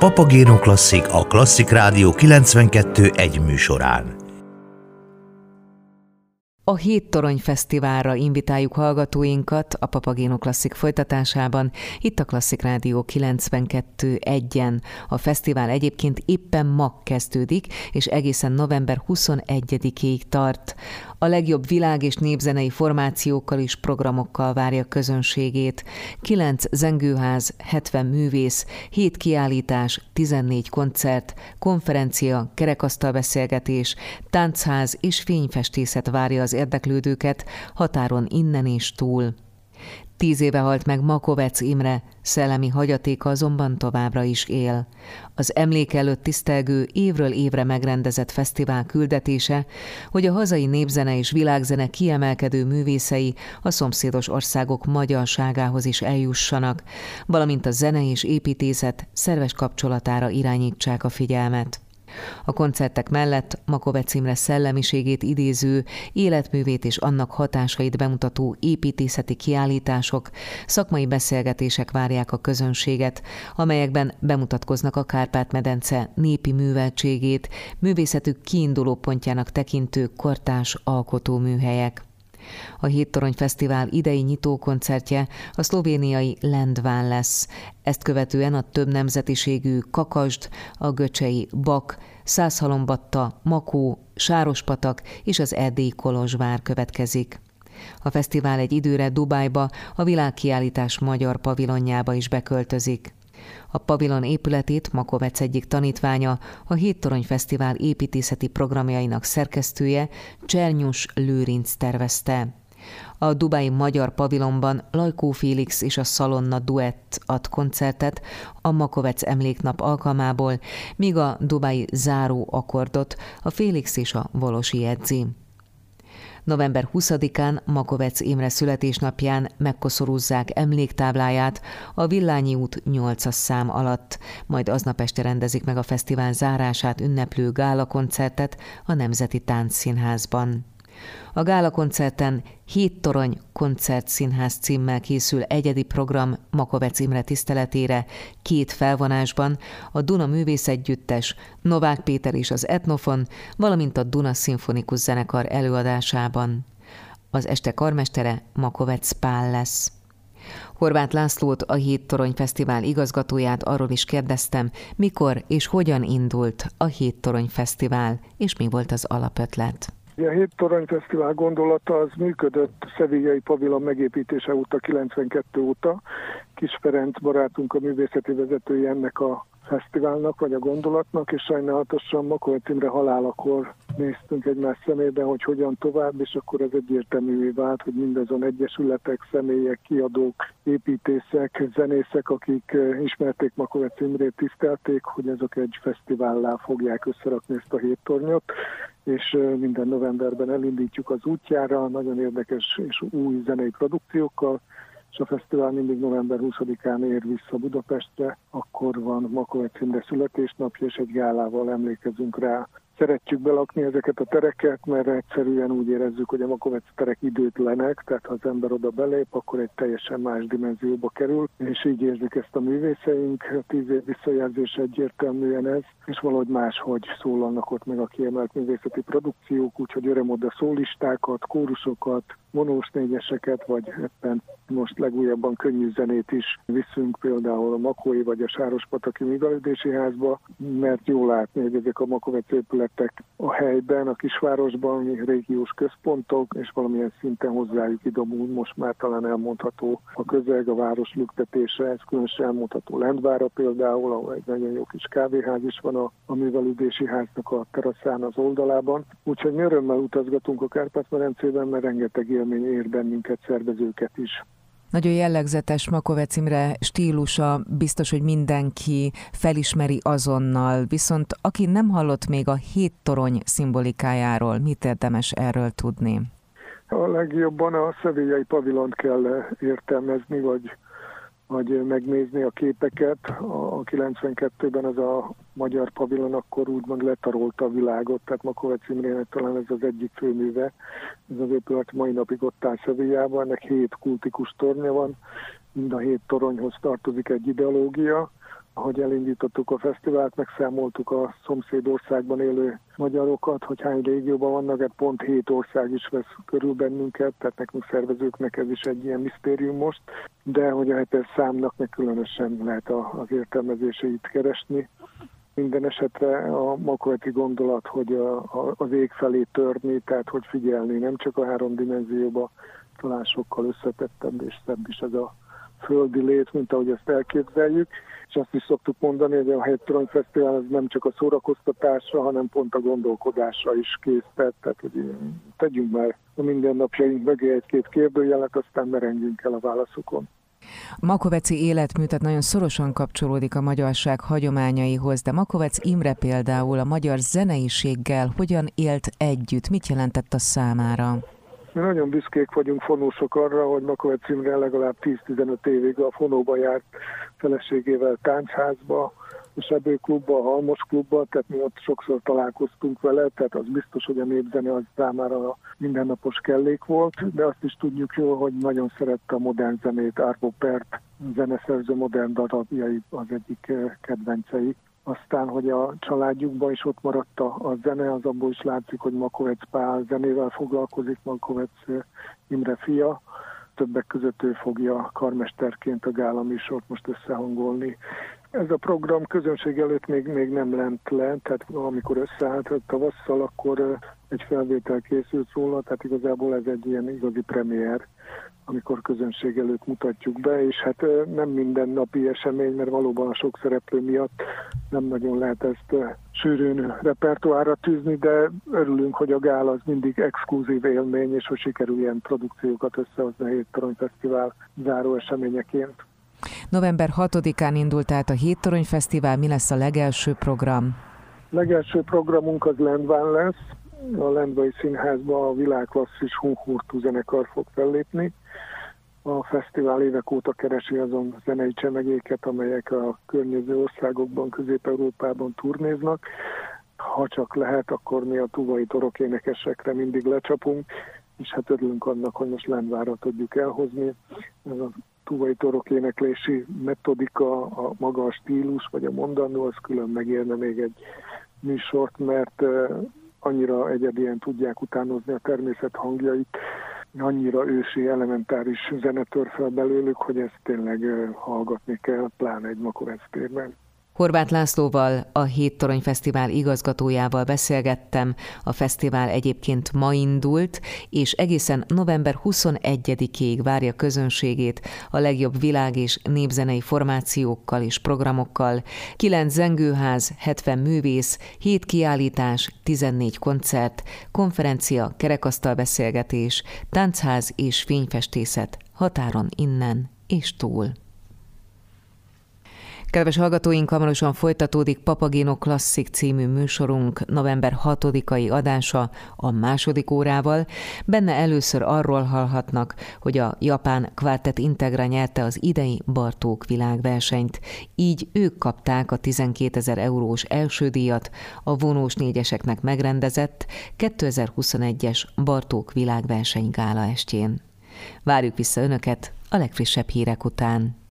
Papagéno Klasszik a Klasszik Rádió 92.1 műsorán. A Héttorony Fesztiválra invitáljuk hallgatóinkat a Papagéno Klasszik folytatásában, itt a Klasszik Rádió 92.1-en. A fesztivál egyébként éppen ma kezdődik, és egészen november 21-ig tart. A legjobb világ- és népzenei formációkkal és programokkal várja közönségét. 9 zengőház, 70 művész, 7 kiállítás, 14 koncert, konferencia, kerekasztalbeszélgetés, táncház és fényfestészet várja az érdeklődőket határon innen és túl. 10 éve halt meg Makovecz Imre, szellemi hagyatéka azonban továbbra is él. Az emlék előtt tisztelgő, évről évre megrendezett fesztivál küldetése, hogy a hazai népzene és világzene kiemelkedő művészei a szomszédos országok magyarságához is eljussanak, valamint a zene és építészet szerves kapcsolatára irányítsák a figyelmet. A koncertek mellett Makovecz Imre szellemiségét idéző, életművét és annak hatásait bemutató építészeti kiállítások, szakmai beszélgetések várják a közönséget, amelyekben bemutatkoznak a Kárpát-medence népi műveltségét, művészetük kiinduló pontjának tekintő kortárs alkotóműhelyek. A Héttorony Fesztivál idei nyitókoncertje a szlovéniai Lendván lesz. Ezt követően a több nemzetiségű Kakasd, a göcsei Bak, Szászhalombatta, Makó, Sárospatak és az erdélyi Kolozsvár következik. A fesztivál egy időre Dubájba, a világkiállítás magyar pavilonjába is beköltözik. A pavilon épületét Makovecz egyik tanítványa, a Héttorony Fesztivál építészeti programjainak szerkesztője, Csernyus Lőrinc tervezte. A dubái magyar pavilonban Lajkó Félix és a Szalonna Duett ad koncertet a Makovecz emléknap alkalmából, míg a dubái záró akkordot a Félix és a Volosi jegyzi. November 20-án Makovecz Imre születésnapján megkoszorúzzák emléktábláját a Villányi út 8-as szám alatt, majd aznap este rendezik meg a fesztivál zárását ünneplő gálakoncertet a Nemzeti Táncszínházban. A gálakoncerten Héttorony Koncertszínház címmel készül egyedi program Makovecz Imre tiszteletére 2 felvonásban, a Duna Művészegyüttes, Novák Péter és az Etnofon, valamint a Duna Szimfonikus Zenekar előadásában. Az este karmestere Makovecz Pál lesz. Horváth Lászlót, a Héttorony Fesztivál igazgatóját arról is kérdeztem, mikor és hogyan indult a Héttorony Fesztivál, és mi volt az alapötlet. A Héttorony Fesztivál gondolata az működött Sevillai pavilon megépítése óta, 92 óta. Kis Ferenc barátunk a művészeti vezetője ennek a fesztiválnak, vagy a gondolatnak, és sajnálatosan Makovecz Imre halálakor néztünk egymás szemébe, hogy hogyan tovább, és akkor ez egyértelművé vált, hogy mindazon egyesületek, személyek, kiadók, építészek, zenészek, akik ismerték Makovecz Imrét, tisztelték, hogy ezek egy fesztivállá fogják összerakni ezt a héttornyot, és minden novemberben elindítjuk az útjára, nagyon érdekes és új zenei produkciókkal, és a fesztivál mindig november 20-án ér vissza Budapestre, akkor van Makovecz Imre születésnapja, és egy gálával emlékezünk rá. Szeretjük belakni ezeket a tereket, mert egyszerűen úgy érezzük, hogy a Makovecz terek időtlenek, tehát ha az ember oda belép, akkor egy teljesen más dimenzióba kerül, és így érzik ezt a művészeink. A 10 év visszajelzés egyértelműen ez, és valahogy máshogy szólalnak ott meg a kiemelt művészeti produkciók, úgyhogy örömoda szólistákat, kórusokat, vonós négyeseket, vagy éppen most legújabban könnyű zenét is viszünk például a Makói vagy a Sárospataki Művelődési Házba, mert jól látni, hogy ezek a Makovecz épületek a helyben, a kisvárosban régiós központok, és valamilyen szinten hozzájuk idomul, most már talán elmondható a közeg, a város lüktetése, ez különösen elmondható Lendvára például, ahol egy nagyon jó kis kávéház is van a Művelődési Háznak a teraszán az oldalában. Úgyhogy mi örömmel utazgatunk a Kárpát-medencében, mert rengeteg élmény ér bennünket, szervezőket is. Nagyon jellegzetes Makovecz Imre stílusa, biztos, hogy mindenki felismeri azonnal, viszont aki nem hallott még a héttorony szimbolikájáról, mit érdemes erről tudni? A legjobban a sevillai pavilont kell értelmezni, vagy megnézni a képeket. A 92-ben az a magyar pavilon akkor úgymond letarolta a világot, tehát Makovecz Imrének talán ez az egyik főműve. Ez az épület mai napig ott áll Sevillában, ennek 7 kultikus tornya van, mind a 7 toronyhoz tartozik egy ideológia. Hogy elindítottuk a fesztivált, megszámoltuk a szomszédországban élő magyarokat, hogy hány régióban vannak, hát pont 7 ország is vesz körül bennünket, tehát nekünk szervezőknek ez is egy ilyen misztérium most, de hogy a 7-es számnak meg különösen lehet az értelmezéseit keresni. Minden esetre a makoveci gondolat, hogy az ég felé törni, tehát hogy figyelni, nem csak a 3 dimenzióba, talán sokkal összetettebb és szebb is ez a földi lét, mint ahogy ezt elképzeljük. És azt is szoktuk mondani, hogy a Héttorony Fesztivál az nem csak a szórakoztatásra, hanem pont a gondolkodásra is készített. Tehát, hogy tegyünk már a mindennapjaink mögé egy-két kérdőjelet, aztán merengjünk el a válaszokon. A makoveci életmű tehát nagyon szorosan kapcsolódik a magyarság hagyományaihoz, de Makovec Imre például a magyar zeneiséggel hogyan élt együtt? Mit jelentett a számára? Mi nagyon büszkék vagyunk, fonósok arra, hogy Makovec Imre legalább 10-15 évig a fonóba járt feleségével táncházba, a Sebőklubba, a Halmos klubba, tehát mi ott sokszor találkoztunk vele, tehát az biztos, hogy a népzene az számára mindennapos kellék volt, de azt is tudjuk jól, hogy nagyon szerette a modern zenét, Arvo Pärt zeneszerző modern darabjai az egyik kedvencei. Aztán, hogy a családjukban is ott maradt a zene, az abból is látszik, hogy Makovec Pál zenével foglalkozik, Makovec Imre fia. Többek között ő fogja karmesterként a gála műsort most összehangolni. Ez a program közönség előtt még nem lent le, tehát amikor összeállt tavasszal, akkor egy felvétel készült róla, tehát igazából ez egy ilyen igazi premier, amikor közönség előtt mutatjuk be, és hát nem mindennapi esemény, mert valóban a sok szereplő miatt nem nagyon lehet ezt sűrűn repertoárra tűzni, de örülünk, hogy a gála az mindig exkluzív élmény, és hogy sikerül ilyen produkciókat összehozni a Héttorony Fesztivál záró eseményeként. November 6-án indult át a Héttorony Fesztivál, mi lesz a legelső program? Legelső programunk az Lendván lesz, a Lendvai Színházban a világklasszis Hunhurtu zenekar fog fellépni. A fesztivál évek óta keresi azon zenei csemegéket, amelyek a környező országokban, Közép-Európában turnéznak. Ha csak lehet, akkor mi a tuvai torokénekesekre mindig lecsapunk, és hát örülünk annak, hogy most Lendvánra tudjuk elhozni. Ez a tuvai torokéneklési metodika, a maga a stílus, vagy a mondandó, az külön megérne még egy műsort, mert annyira egyedien tudják utánozni a természet hangjait, annyira ősi, elementáris zene tör fel belőlük, hogy ezt tényleg hallgatni kell, pláne egy Makovec térben. Horváth Lászlóval, a Héttorony Fesztivál igazgatójával beszélgettem. A fesztivál egyébként ma indult, és egészen november 21-ig várja közönségét a legjobb világ- és népzenei formációkkal és programokkal. 9 zengőház, 70 művész, 7 kiállítás, 14 koncert, konferencia, kerekasztalbeszélgetés, táncház és fényfestészet határon innen és túl. Kedves hallgatóink, hamarosan folytatódik Papagéno Klasszik című műsorunk november 6-ai adása a második órával. Benne először arról hallhatnak, hogy a japán Quartet Integra nyerte az idei Bartók világversenyt. Így ők kapták a 12 000 eurós első díjat a vonós négyeseknek megrendezett 2021-es Bartók világverseny gála estjén. Várjuk vissza Önöket a legfrissebb hírek után.